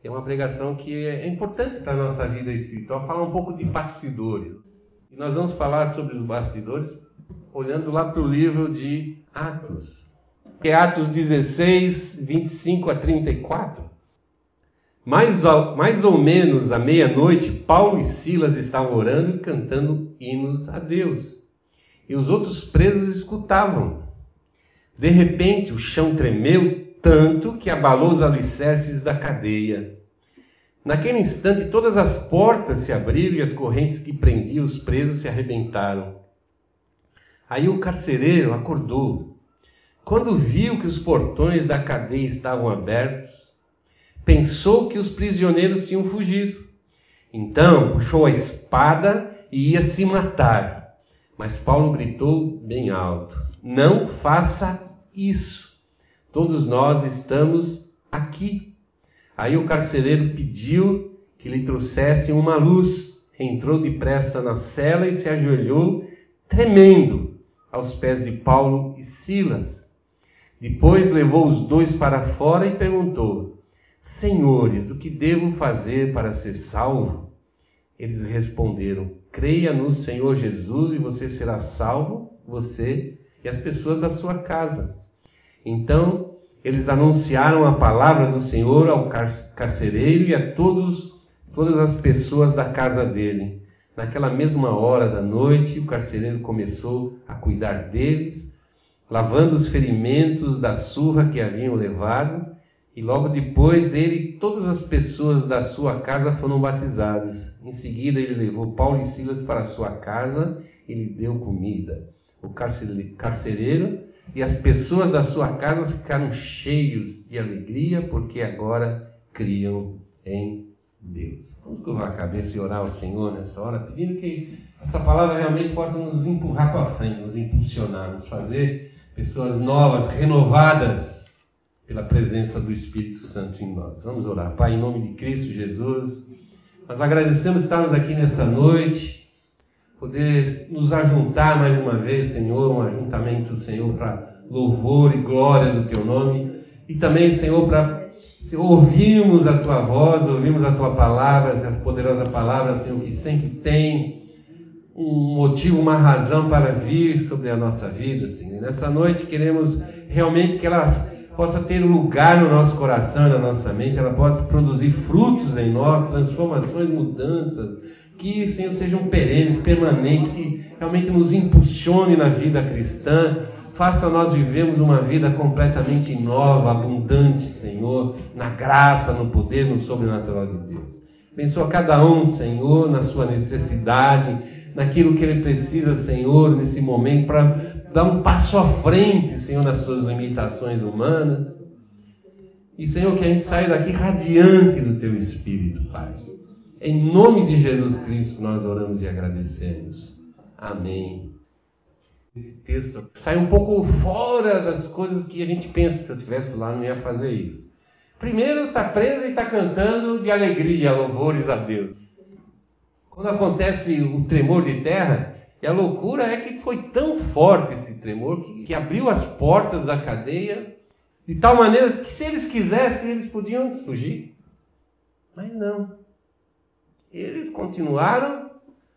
É uma pregação que é importante para a nossa vida espiritual, falar um pouco de bastidores. E nós vamos falar sobre os bastidores olhando lá para o livro de Atos. Que é Atos 16, 25 a 34. Mais ou menos à meia-noite, Paulo e Silas estavam orando e cantando hinos a Deus. E os outros presos escutavam. De repente, o chão tremeu tanto que abalou os alicerces da cadeia. Naquele instante, todas as portas se abriram e as correntes que prendiam os presos se arrebentaram. Aí o carcereiro acordou. Quando viu que os portões da cadeia estavam abertos, pensou que os prisioneiros tinham fugido. Então, puxou a espada e ia se matar. Mas Paulo gritou bem alto: não faça isso. Todos nós estamos aqui. Aí o carcereiro pediu que lhe trouxessem uma luz. Entrou depressa na cela e se ajoelhou, tremendo, aos pés de Paulo e Silas. Depois levou os dois para fora e perguntou: Senhores, o que devo fazer para ser salvo? Eles responderam: creia no Senhor Jesus e você será salvo, você e as pessoas da sua casa. Então eles anunciaram a palavra do Senhor ao carcereiro e a todas as pessoas da casa dele. Naquela mesma hora da noite, o carcereiro começou a cuidar deles, lavando os ferimentos da surra que haviam levado, e logo depois ele e todas as pessoas da sua casa foram batizados. Em seguida ele levou Paulo e Silas para a sua casa e lhe deu comida. O carcereiro e as pessoas da sua casa ficaram cheios de alegria, porque agora criam em Deus. Vamos curvar a cabeça e orar ao Senhor nessa hora, pedindo que essa palavra realmente possa nos empurrar para frente, nos impulsionar, nos fazer pessoas novas, renovadas pela presença do Espírito Santo em nós. Vamos orar. Pai, em nome de Cristo Jesus, nós agradecemos estarmos aqui nessa noite, poder nos ajuntar mais uma vez, Senhor, um ajuntamento, Senhor, para louvor e glória do Teu nome, e também, Senhor, para ouvirmos a Tua voz, ouvirmos a Tua palavra, essa poderosa palavra, Senhor, que sempre tem um motivo, uma razão para vir sobre a nossa vida, Senhor. E nessa noite queremos realmente que ela possa ter lugar no nosso coração, na nossa mente, ela possa produzir frutos em nós, transformações, mudanças, que, Senhor, sejam perenes, permanentes, que realmente nos impulsione na vida cristã, faça nós vivermos uma vida completamente nova, abundante, Senhor, na graça, no poder, no sobrenatural de Deus. Abençoa cada um, Senhor, na sua necessidade, naquilo que ele precisa, Senhor, nesse momento, para dar um passo à frente, Senhor, nas suas limitações humanas. E, Senhor, que a gente saia daqui radiante do Teu Espírito, Pai. Em nome de Jesus Cristo nós oramos e agradecemos. Amém. Esse texto sai um pouco fora das coisas que a gente pensa. Se eu estivesse lá, não ia fazer isso. Primeiro, está preso e está cantando de alegria, louvores a Deus. Quando acontece o tremor de terra, e a loucura é que foi tão forte esse tremor que abriu as portas da cadeia, de tal maneira que se eles quisessem, eles podiam fugir. Mas não. Eles continuaram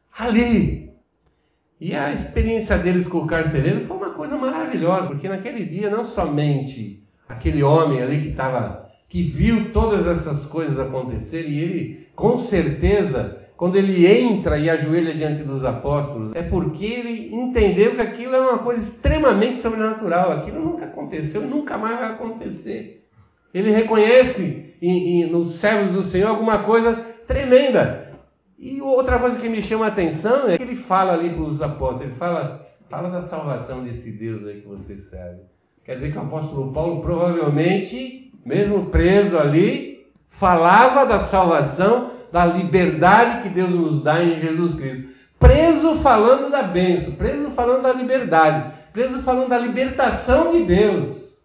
ali. E a experiência deles com o carcereiro foi uma coisa maravilhosa, porque naquele dia não somente aquele homem ali que viu todas essas coisas acontecerem, e ele, com certeza, quando ele entra e ajoelha diante dos apóstolos, é porque ele entendeu que aquilo é uma coisa extremamente sobrenatural, aquilo nunca aconteceu e nunca mais vai acontecer. Ele reconhece nos servos do Senhor alguma coisa tremenda. E outra coisa que me chama a atenção é que ele fala ali para os apóstolos, ele fala da salvação desse Deus aí que você serve. Quer dizer que o apóstolo Paulo provavelmente, mesmo preso ali, falava da salvação, da liberdade que Deus nos dá em Jesus Cristo. Preso falando da bênção, preso falando da liberdade, preso falando da libertação de Deus.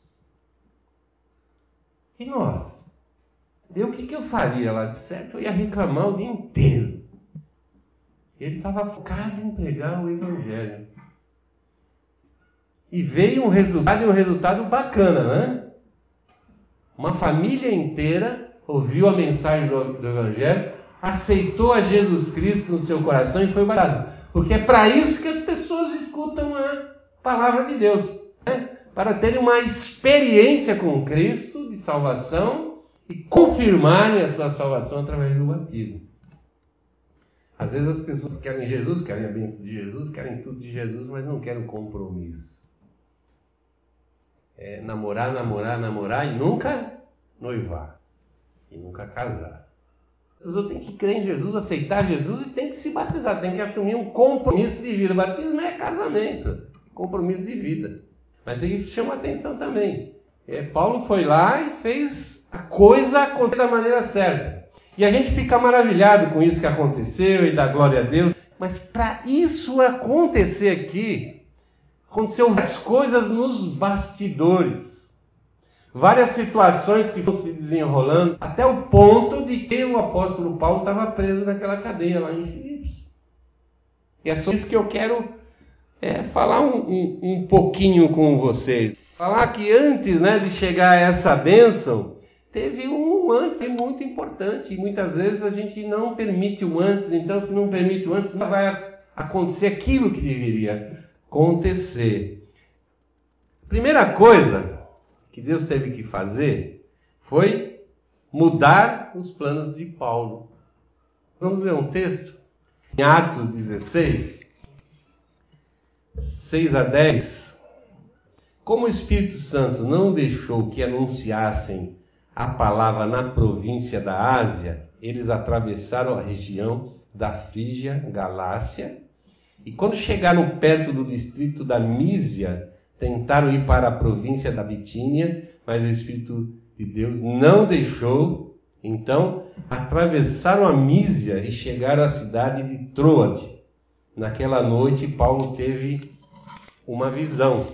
E nós? O que eu faria lá? De certo, eu ia reclamar o dia inteiro. Ele estava focado em pregar o Evangelho. E veio um resultado bacana, né? Uma família inteira ouviu a mensagem do Evangelho, aceitou a Jesus Cristo no seu coração e foi batizado. Porque é para isso que as pessoas escutam a palavra de Deus, né? Para terem uma experiência com Cristo de salvação e confirmarem a sua salvação através do batismo. Às vezes as pessoas querem Jesus, querem a bênção de Jesus, querem tudo de Jesus, mas não querem o compromisso. É namorar e nunca noivar. E nunca casar. A pessoa tem que crer em Jesus, aceitar Jesus e tem que se batizar, tem que assumir um compromisso de vida. Batismo é casamento, compromisso de vida. Mas isso chama atenção também. Paulo foi lá e fez a coisa acontecer da maneira certa. E a gente fica maravilhado com isso que aconteceu e dá glória a Deus. Mas para isso acontecer aqui, aconteceu as coisas nos bastidores. Várias situações que foram se desenrolando, até o ponto de que o apóstolo Paulo estava preso naquela cadeia lá em Filipos. E é sobre isso que eu quero falar um pouquinho com vocês. Falar que antes, de chegar a essa bênção, teve um antes muito importante. E muitas vezes a gente não permite o antes. Então, se não permite o antes, não vai acontecer aquilo que deveria acontecer. Primeira coisa que Deus teve que fazer foi mudar os planos de Paulo. Vamos ler um texto em Atos 16, 6 a 10. Como o Espírito Santo não deixou que anunciassem a palavra na província da Ásia, eles atravessaram a região da Frígia, Galácia, e quando chegaram perto do distrito da Mísia, tentaram ir para a província da Bitínia, mas o Espírito de Deus não deixou. Então, atravessaram a Mísia e chegaram à cidade de Troade. Naquela noite, Paulo teve uma visão.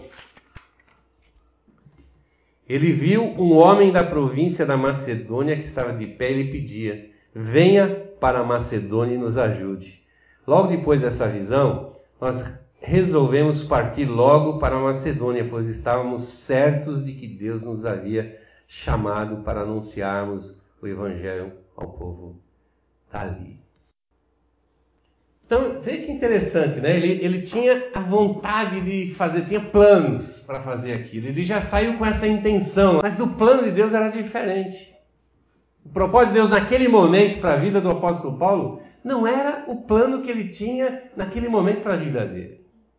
Ele viu um homem da província da Macedônia que estava de pé e lhe pedia: venha para a Macedônia e nos ajude. Logo depois dessa visão, nós resolvemos partir logo para a Macedônia, pois estávamos certos de que Deus nos havia chamado para anunciarmos o Evangelho ao povo dali. Então, vê que interessante, né? Ele tinha a vontade de fazer, tinha planos para fazer aquilo. Ele já saiu com essa intenção, mas o plano de Deus era diferente. O propósito de Deus naquele momento para a vida do apóstolo Paulo não era o plano que ele tinha naquele momento para a vida dele.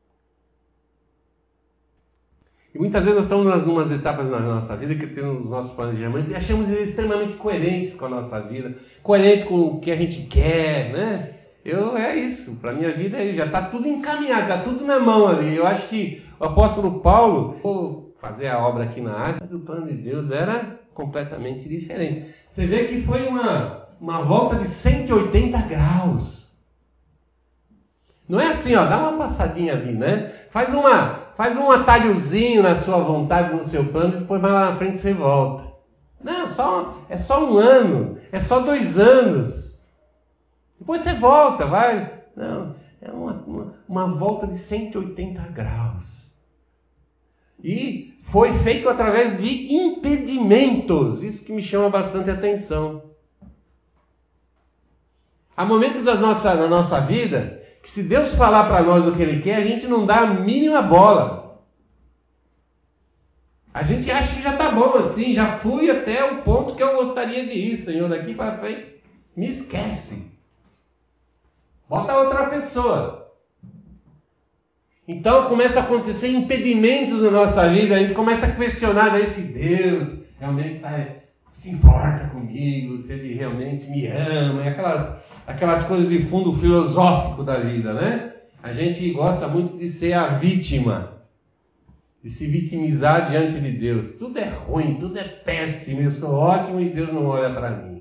E muitas vezes nós estamos em umas etapas na nossa vida que temos os nossos planejamentos e achamos eles extremamente coerentes com a nossa vida, coerentes com o que a gente quer, né? É isso, para a minha vida já está tudo encaminhado, está tudo na mão ali. Eu acho que o apóstolo Paulo, vou fazer a obra aqui na Ásia, mas o plano de Deus era completamente diferente. Você vê que foi uma volta de 180 graus. Não é assim, dá uma passadinha ali, né? Faz um atalhozinho na sua vontade, no seu plano, e depois mais lá na frente você volta. Não, é só um ano, é só 2 anos. Depois você volta, vai. Não, é uma volta de 180 graus. E foi feito através de impedimentos. Isso que me chama bastante atenção. Há momentos na nossa vida que se Deus falar para nós o que Ele quer, a gente não dá a mínima bola. A gente acha que já está bom assim, já fui até o ponto que eu gostaria de ir, Senhor, daqui para frente. Me esquece. Bota outra pessoa. Então começa a acontecer impedimentos na nossa vida, a gente começa a questionar se Deus realmente se importa comigo, se Ele realmente me ama, aquelas coisas de fundo filosófico da vida, né? A gente gosta muito de ser a vítima, de se vitimizar diante de Deus. Tudo é ruim, tudo é péssimo, eu sou ótimo e Deus não olha para mim.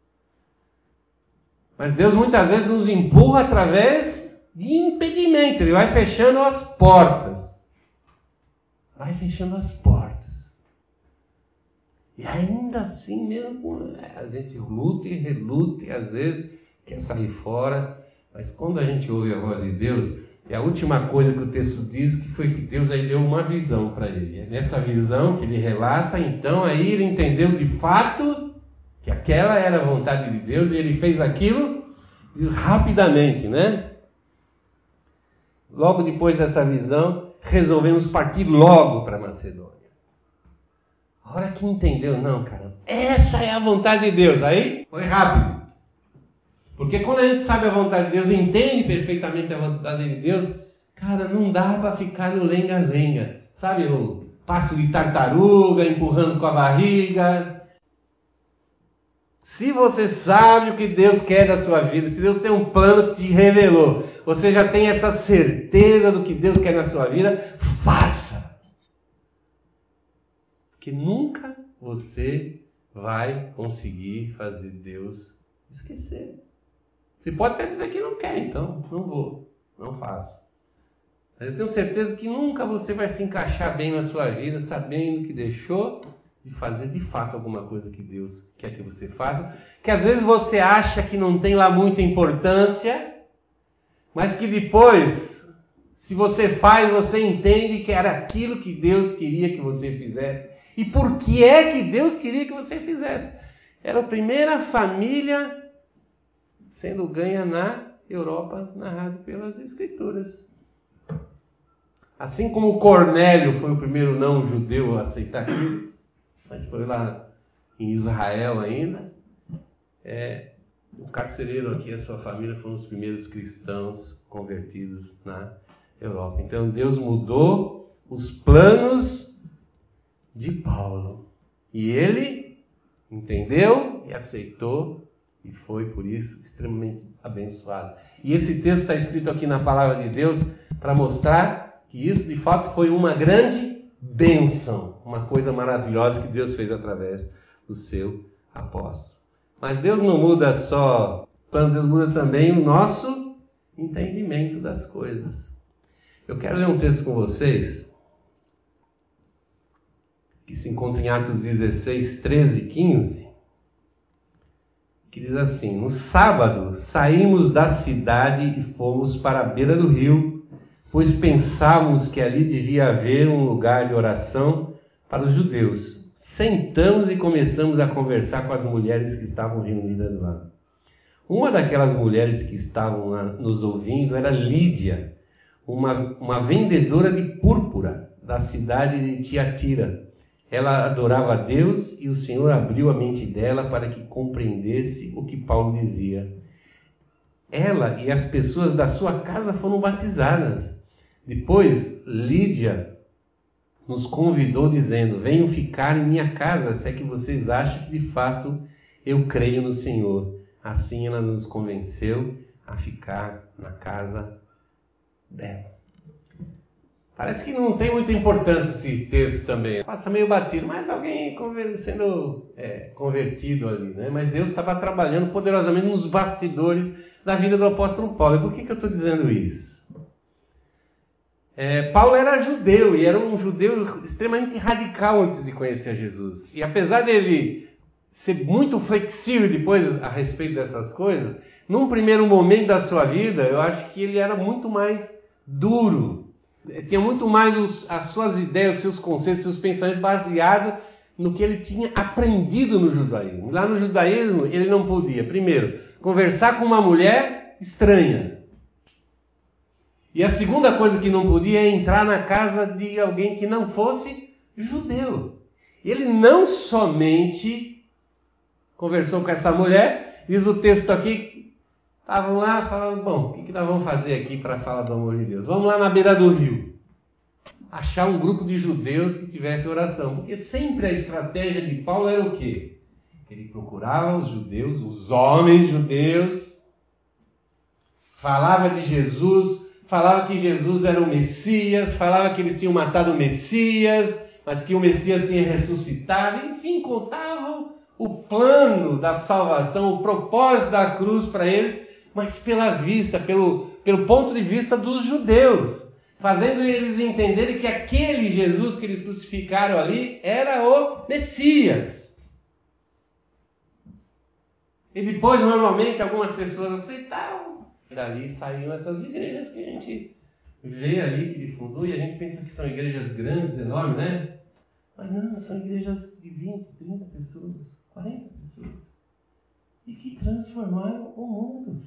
Mas Deus muitas vezes nos empurra através de impedimentos. Ele vai fechando as portas. Vai fechando as portas. E ainda assim mesmo, a gente luta e reluta e às vezes quer sair fora. Mas quando a gente ouve a voz de Deus, a última coisa que o texto diz que foi que Deus aí deu uma visão para ele. É nessa visão que ele relata, então aí ele entendeu de fato Que aquela era a vontade de Deus e ele fez aquilo rapidamente, né? Logo depois dessa visão, resolvemos partir logo para Macedônia. A hora que entendeu, não, cara, essa é a vontade de Deus. Aí foi rápido. Porque quando a gente sabe a vontade de Deus, entende perfeitamente a vontade de Deus, cara, não dá para ficar no lenga-lenga. Sabe, o passo de tartaruga, empurrando com a barriga. Se você sabe o que Deus quer da sua vida, se Deus tem um plano que te revelou, você já tem essa certeza do que Deus quer na sua vida, faça. Porque nunca você vai conseguir fazer Deus esquecer. Você pode até dizer que não quer, então não vou, não faço. Mas eu tenho certeza que nunca você vai se encaixar bem na sua vida sabendo que deixou de fazer de fato alguma coisa que Deus quer que você faça, que às vezes você acha que não tem lá muita importância, mas que depois, se você faz, você entende que era aquilo que Deus queria que você fizesse. E por que é que Deus queria que você fizesse? Era a primeira família sendo ganha na Europa, narrado pelas Escrituras. Assim como Cornélio foi o primeiro não-judeu a aceitar Cristo, mas foi lá em Israel ainda, o carcereiro aqui, a sua família, foram os primeiros cristãos convertidos na Europa. Então Deus mudou os planos de Paulo. E ele entendeu e aceitou, e foi por isso extremamente abençoado. E esse texto está escrito aqui na palavra de Deus para mostrar que isso de fato foi uma grande bênção, uma coisa maravilhosa que Deus fez através do seu apóstolo. Mas Deus não muda só, Deus muda também o nosso entendimento das coisas. Eu quero ler um texto com vocês, que se encontra em Atos 16, 13 e 15, que diz assim: no sábado saímos da cidade e fomos para a beira do rio, pois pensávamos que ali devia haver um lugar de oração para os judeus. Sentamos e começamos a conversar com as mulheres que estavam reunidas lá. Uma daquelas mulheres que estavam lá nos ouvindo era Lídia, uma vendedora de púrpura da cidade de Tiatira. Ela adorava a Deus e o Senhor abriu a mente dela para que compreendesse o que Paulo dizia. Ela e as pessoas da sua casa foram batizadas. Depois, Lídia nos convidou dizendo: venham ficar em minha casa, se é que vocês acham que de fato eu creio no Senhor. Assim ela nos convenceu a ficar na casa dela. Parece que não tem muita importância esse texto também. Passa meio batido, mas alguém sendo convertido ali, né? Mas Deus estava trabalhando poderosamente nos bastidores da vida do apóstolo Paulo. E por que eu estou dizendo isso? Paulo era judeu e era um judeu extremamente radical antes de conhecer Jesus. E apesar dele ser muito flexível depois a respeito dessas coisas, num primeiro momento da sua vida, eu acho que ele era muito mais duro. Tinha muito mais as suas ideias, os seus conceitos, os seus pensamentos baseados no que ele tinha aprendido no judaísmo. Lá no judaísmo, ele não podia, primeiro, conversar com uma mulher estranha. E a segunda coisa que não podia é entrar na casa de alguém que não fosse judeu. Ele não somente conversou com essa mulher, diz o texto aqui, estavam lá falando, bom, o que nós vamos fazer aqui para falar do amor de Deus? Vamos lá na beira do rio, achar um grupo de judeus que tivesse oração. Porque sempre a estratégia de Paulo era o quê? Ele procurava os judeus, os homens judeus, falava de Jesus, falava que Jesus era o Messias, falava que eles tinham matado o Messias, mas que o Messias tinha ressuscitado, enfim, contavam o plano da salvação, o propósito da cruz para eles, mas pela vista, pelo ponto de vista dos judeus, fazendo eles entenderem que aquele Jesus que eles crucificaram ali era o Messias. E depois, normalmente, algumas pessoas aceitaram. Dali saíam essas igrejas que a gente vê ali, que ele fundou, e a gente pensa que são igrejas grandes, enormes, né? Mas não, são igrejas de 20, 30 pessoas, 40 pessoas. e que transformaram o mundo.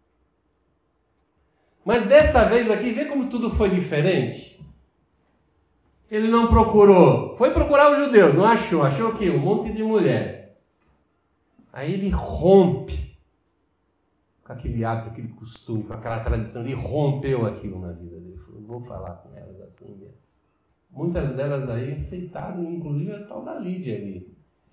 Mas dessa vez aqui, vê como tudo foi diferente? Ele não procurou, foi procurar os judeus, não achou, achou o quê? Um monte de mulher. Aí ele rompe com aquele hábito, aquele costume, com aquela tradição, ele rompeu aquilo na vida dele. Falou, vou falar com elas assim mesmo. Muitas delas aí aceitaram, inclusive a tal da Lídia ali.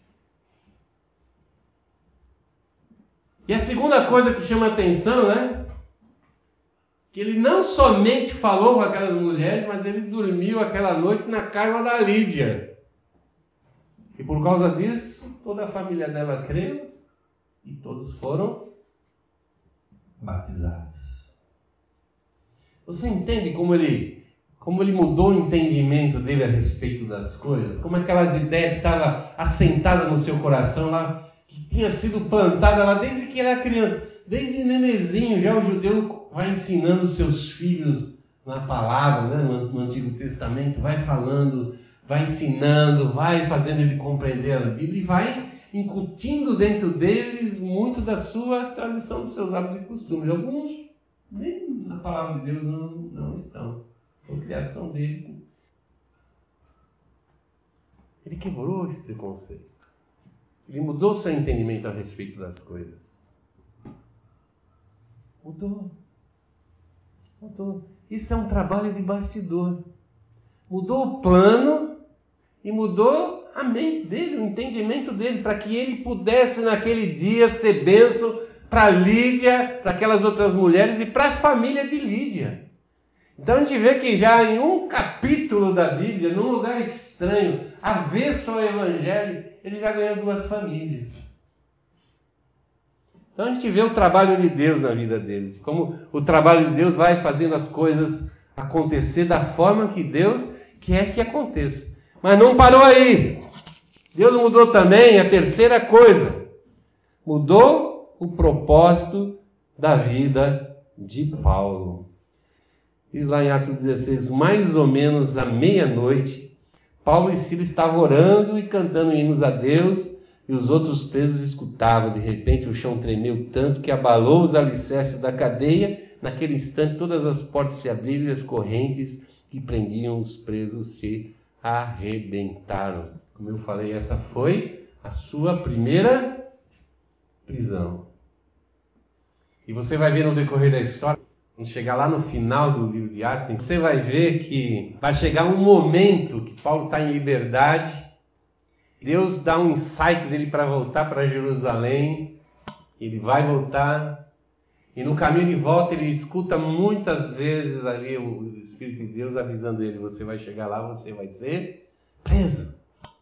E a segunda coisa que chama atenção, né? Que ele não somente falou com aquelas mulheres, mas ele dormiu aquela noite na casa da Lídia. E por causa disso, toda a família dela creu e todos foram batizados. Você entende como ele mudou o entendimento dele a respeito das coisas? Como aquelas ideias que estavam assentadas no seu coração lá, que tinha sido plantada lá desde que ele era criança, desde nenezinho, já o judeu vai ensinando seus filhos na palavra, né? no Antigo Testamento, vai falando, vai ensinando, vai fazendo ele compreender a Bíblia e vai incutindo dentro deles muito da sua tradição, dos seus hábitos e costumes. Alguns nem na palavra de Deus não estão. A criação deles. Ele quebrou esse preconceito. Ele mudou seu entendimento a respeito das coisas. Mudou. Isso é um trabalho de bastidor. Mudou o plano e mudou a mente dele, o entendimento dele, para que ele pudesse naquele dia ser bênção para Lídia, para aquelas outras mulheres e para a família de Lídia. Então a gente vê que já em um capítulo da Bíblia, num lugar estranho, avesso ao Evangelho, ele já ganhou 2 famílias. Então a gente vê o trabalho de Deus na vida deles, como o trabalho de Deus vai fazendo as coisas acontecer da forma que Deus quer que aconteça. Mas não parou aí. Deus mudou também a terceira coisa. Mudou o propósito da vida de Paulo. Diz lá em Atos 16, mais ou menos à meia-noite, Paulo e Silas estavam orando e cantando hinos a Deus, e os outros presos escutavam. De repente o chão tremeu tanto que abalou os alicerces da cadeia. Naquele instante todas as portas se abriram e as correntes que prendiam os presos se arrebentaram. Como eu falei, essa foi a sua primeira prisão. E você vai ver no decorrer da história, quando chegar lá no final do livro de Atos, você vai ver que vai chegar um momento que Paulo está em liberdade. Deus dá um insight dele para voltar para Jerusalém. Ele vai voltar. E no caminho de volta ele escuta muitas vezes ali o Espírito de Deus avisando ele: você vai chegar lá, você vai ser preso.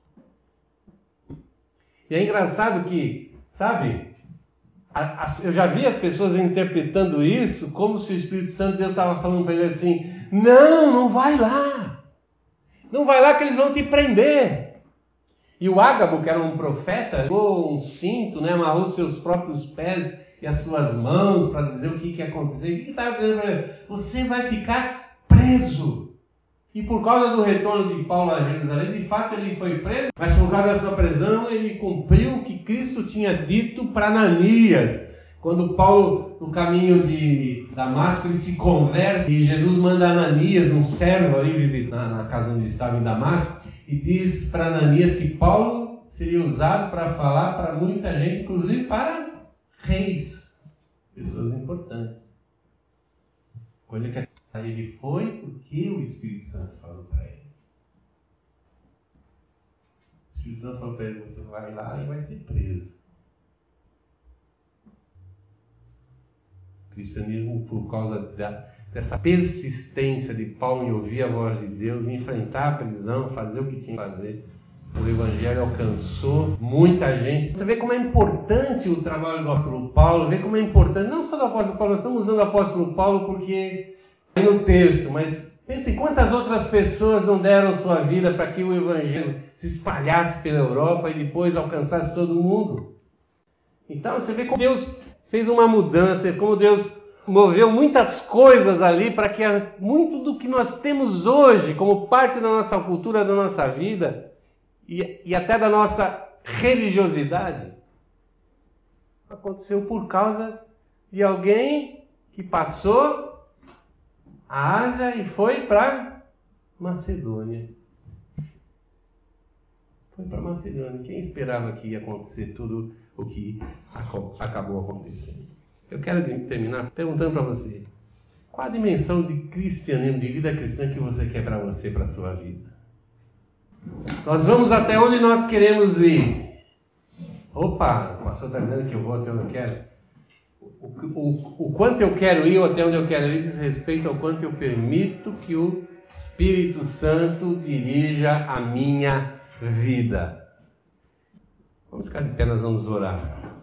E é engraçado que, sabe, eu já vi as pessoas interpretando isso como se o Espírito Santo de Deus estava falando para ele assim: não vai lá. Não vai lá que eles vão te prender. E o Ágabo, que era um profeta, pegou um cinto, né, amarrou seus próprios pés e as suas mãos para dizer o que ia acontecer. O que estava dizendo para ele? Você vai ficar preso. E por causa do retorno de Paulo a Jerusalém, de fato ele foi preso, mas por causa da sua prisão ele cumpriu o que Cristo tinha dito para Ananias. Quando Paulo, no caminho de Damasco, ele se converte e Jesus manda Ananias, um servo ali, visitar na casa onde estava em Damasco, e diz para Ananias que Paulo seria usado para falar para muita gente, inclusive para reis, pessoas importantes. Coisa que ele foi porque o Espírito Santo falou para ele. O Espírito Santo falou para ele: você vai lá e vai ser preso. O cristianismo, por causa dessa persistência de Paulo em ouvir a voz de Deus, em enfrentar a prisão, fazer o que tinha que fazer, o Evangelho alcançou muita gente. Você vê como é importante o trabalho do apóstolo Paulo, vê como é importante, não só do apóstolo Paulo, nós estamos usando o apóstolo Paulo porque é no texto, mas pense quantas outras pessoas não deram sua vida para que o Evangelho se espalhasse pela Europa e depois alcançasse todo mundo. Então você vê como Deus fez uma mudança, como Deus moveu muitas coisas ali para que muito do que nós temos hoje como parte da nossa cultura, da nossa vida e até da nossa religiosidade Aconteceu por causa de alguém que passou a Ásia e foi para Macedônia. Foi para Macedônia. Quem esperava que ia acontecer tudo o que acabou acontecendo? Eu quero terminar perguntando para você: qual a dimensão de cristianismo, de vida cristã que você quer para você, para a sua vida? Nós vamos até onde nós queremos ir. Opa, o pastor está dizendo que eu vou até onde eu quero. O quanto eu quero ir ou até onde eu quero ir diz respeito ao quanto eu permito que o Espírito Santo dirija a minha vida. Vamos ficar de pé, nós vamos orar.